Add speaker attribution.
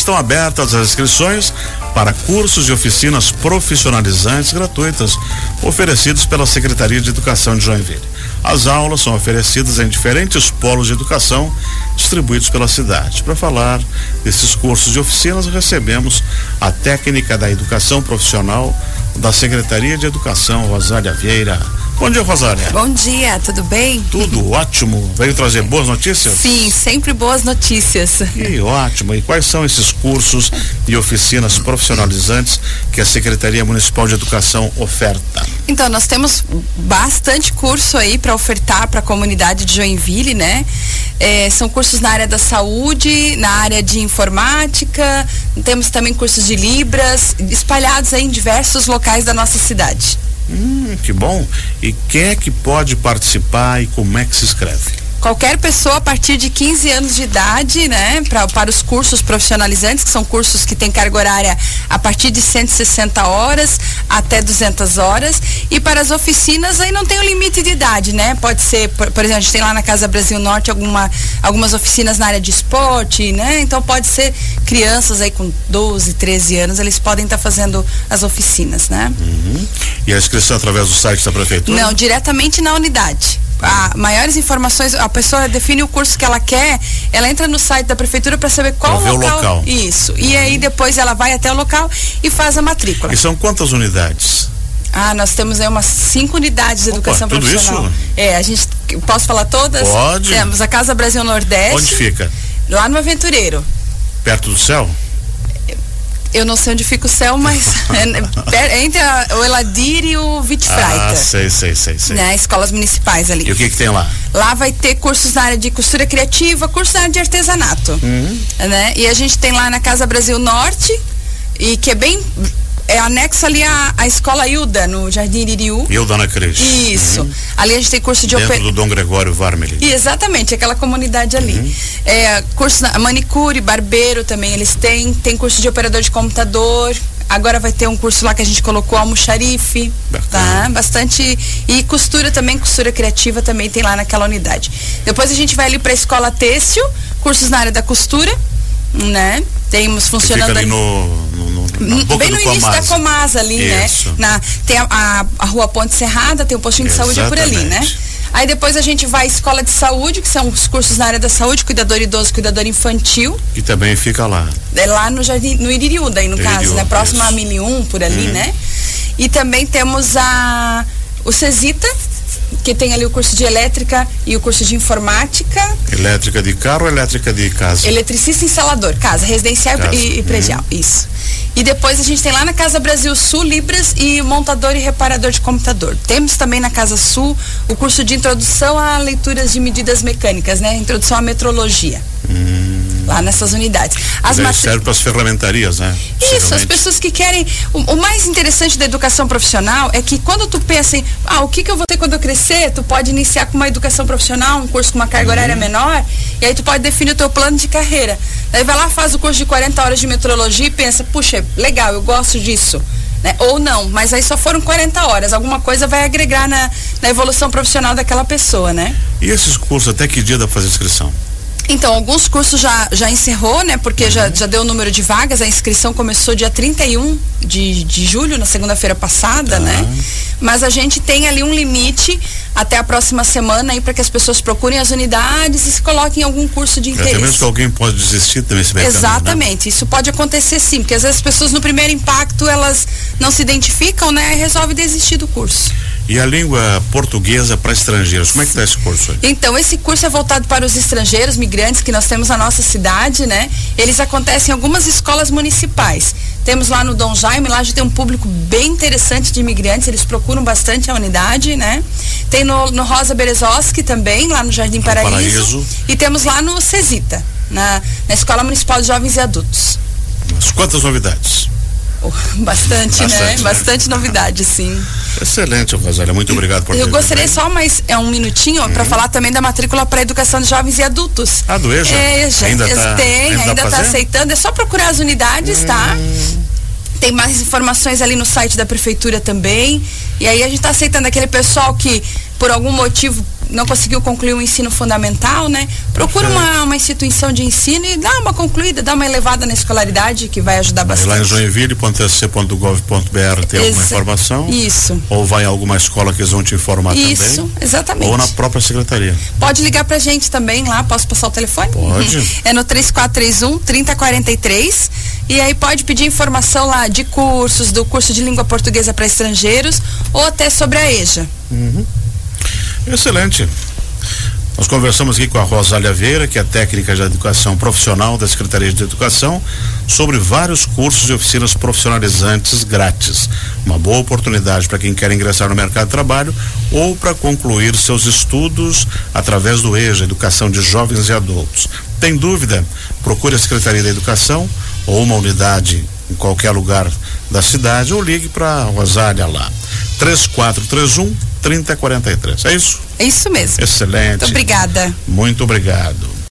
Speaker 1: estão abertas as inscrições para cursos e oficinas profissionalizantes gratuitas oferecidos pela Secretaria de Educação de Joinville. As aulas são oferecidas em diferentes polos de educação distribuídos pela cidade. Para falar desses cursos e oficinas, recebemos a técnica da educação profissional da Secretaria de Educação, Rosália Vieira. Bom dia, Rosália.
Speaker 2: Bom dia, tudo bem?
Speaker 1: Tudo ótimo. Veio trazer boas notícias?
Speaker 2: Sim, sempre boas notícias.
Speaker 1: Que ótimo. E quais são esses cursos e oficinas profissionalizantes que a Secretaria Municipal de Educação oferta?
Speaker 2: Então, nós temos bastante curso aí para ofertar para a comunidade de Joinville, né? São cursos na área da saúde, na área de informática, temos também cursos de Libras, espalhados aí em diversos locais da nossa cidade.
Speaker 1: Que bom. E quem é que pode participar e como é que se inscreve?
Speaker 2: Qualquer pessoa a partir de 15 anos de idade, né, para os cursos profissionalizantes, que são cursos que têm carga horária a partir de 160 horas até 200 horas. E para as oficinas aí não tem um limite de idade, né? Pode ser, por exemplo, a gente tem lá na Casa Brasil Norte algumas oficinas na área de esporte, né? Então pode ser crianças aí com 12, 13 anos, eles podem estar fazendo as oficinas, né?
Speaker 1: E a inscrição através do site da prefeitura?
Speaker 2: Não, diretamente na unidade. Maiores informações, a pessoa define o curso que ela quer, ela entra no site da prefeitura para saber qual
Speaker 1: o local.
Speaker 2: Isso. E aí depois ela vai até o local e faz a matrícula.
Speaker 1: E são quantas unidades?
Speaker 2: Nós temos aí umas 5 unidades de educação profissional. Isso? Posso falar todas?
Speaker 1: Pode.
Speaker 2: Temos a Casa Brasil Nordeste.
Speaker 1: Onde fica?
Speaker 2: Lá no Aventureiro.
Speaker 1: Perto do céu?
Speaker 2: Eu não sei onde fica o céu, mas entre o Eladir e o Vitfreita.
Speaker 1: Sei.
Speaker 2: Né? Escolas municipais ali.
Speaker 1: E o que tem lá?
Speaker 2: Lá vai ter cursos na área de costura criativa, cursos na área de artesanato. Né? E a gente tem lá na Casa Brasil Norte, e que é anexo ali a escola Hilda, no Jardim Iririú.
Speaker 1: Hilda na Cris.
Speaker 2: Isso. Ali a gente tem curso de
Speaker 1: dentro do Dom Gregório Varmeli.
Speaker 2: Exatamente, aquela comunidade ali. Curso na manicure, barbeiro também eles têm. Tem curso de operador de computador. Agora vai ter um curso lá que a gente colocou, almoxarife, tá? Bastante. E costura também, costura criativa também tem lá naquela unidade. Depois a gente vai ali para a escola têxtil, cursos na área da costura, né? Temos funcionando
Speaker 1: fica ali
Speaker 2: bem no início da Comasa ali,
Speaker 1: isso,
Speaker 2: né? Tem a rua Ponte Serrada, tem um postinho de saúde por ali, né? Aí depois a gente vai à escola de saúde, que são os cursos na área da saúde, cuidador idoso, cuidador infantil.
Speaker 1: Que também fica lá.
Speaker 2: É lá no Jardim, no Iririú, daí no caso, né? Próximo a 1001, por ali, né? E também temos o Cesita, que tem ali o curso de elétrica e o curso de informática.
Speaker 1: Elétrica de carro ou elétrica de casa?
Speaker 2: Eletricista instalador, casa, residencial e predial, isso. E depois a gente tem lá na Casa Brasil Sul, Libras e montador e reparador de computador. Temos também na Casa Sul o curso de introdução a leituras de medidas mecânicas, né? Introdução à metrologia. Lá nessas unidades.
Speaker 1: Serve para as ferramentarias, né?
Speaker 2: Isso, as pessoas que querem. O mais interessante da educação profissional é que quando tu pensa em, o que eu vou ter quando eu crescer, tu pode iniciar com uma educação profissional, um curso com uma carga horária menor, e aí tu pode definir o teu plano de carreira. Daí vai lá, faz o curso de 40 horas de metrologia e pensa, puxa, legal, eu gosto disso. Né? Ou não, mas aí só foram 40 horas. Alguma coisa vai agregar na evolução profissional daquela pessoa, né?
Speaker 1: E esses cursos, até que dia dá para fazer inscrição?
Speaker 2: Então, alguns cursos já encerrou, né? Porque já deu o número de vagas. A inscrição começou dia 31 de julho, na segunda-feira passada, né? Mas a gente tem ali um limite até a próxima semana aí para que as pessoas procurem as unidades e se coloquem em algum curso de interesse.
Speaker 1: Até mesmo que alguém pode desistir também esse meio
Speaker 2: Exatamente,
Speaker 1: caminho, né?
Speaker 2: Isso pode acontecer sim, porque às vezes as pessoas no primeiro impacto elas não se identificam, né? E resolvem desistir do curso.
Speaker 1: E a língua portuguesa para estrangeiros, como é que está esse curso aí?
Speaker 2: Então, esse curso é voltado para os estrangeiros, migrantes que nós temos na nossa cidade, né? Eles acontecem em algumas escolas municipais. Temos lá no Dom Jaime, lá já tem um público bem interessante de imigrantes, eles procuram bastante a unidade, né? Tem no Rosa Berezovski também, lá no Jardim Paraíso. E temos lá no Cesita, na Escola Municipal de Jovens e Adultos.
Speaker 1: Mas quantas novidades?
Speaker 2: Bastante, né? Bastante novidade, sim.
Speaker 1: Excelente, Rosália, muito obrigado por ter vindo.
Speaker 2: Eu gostaria só mais um minutinho para falar também da matrícula para educação de jovens e adultos.
Speaker 1: Do EJA?
Speaker 2: Ainda está aceitando, é só procurar as unidades, tá? Tem mais informações ali no site da prefeitura também. E aí a gente está aceitando aquele pessoal que por algum motivo não conseguiu concluir o ensino fundamental, né? Procura uma instituição de ensino e dá uma concluída, dá uma elevada na escolaridade, que vai ajudar bastante.
Speaker 1: Lá em joinville.tc.gov.br tem alguma informação?
Speaker 2: Isso.
Speaker 1: Ou vai em alguma escola que eles vão te informar também?
Speaker 2: Isso, exatamente.
Speaker 1: Ou na própria secretaria?
Speaker 2: Pode ligar pra gente também lá, posso passar o telefone?
Speaker 1: Pode.
Speaker 2: É no 3431-3043 e aí pode pedir informação lá de cursos, do curso de língua portuguesa para estrangeiros ou até sobre a EJA.
Speaker 1: Excelente. Nós conversamos aqui com a Rosália Vieira, que é técnica de educação profissional da Secretaria de Educação, sobre vários cursos e oficinas profissionalizantes grátis. Uma boa oportunidade para quem quer ingressar no mercado de trabalho ou para concluir seus estudos através do EJA, Educação de Jovens e Adultos. Tem dúvida? Procure a Secretaria da Educação ou uma unidade em qualquer lugar da cidade ou ligue para a Rosália lá. 3431-3043. É isso?
Speaker 2: É isso mesmo.
Speaker 1: Excelente.
Speaker 2: Muito obrigada.
Speaker 1: Muito obrigado.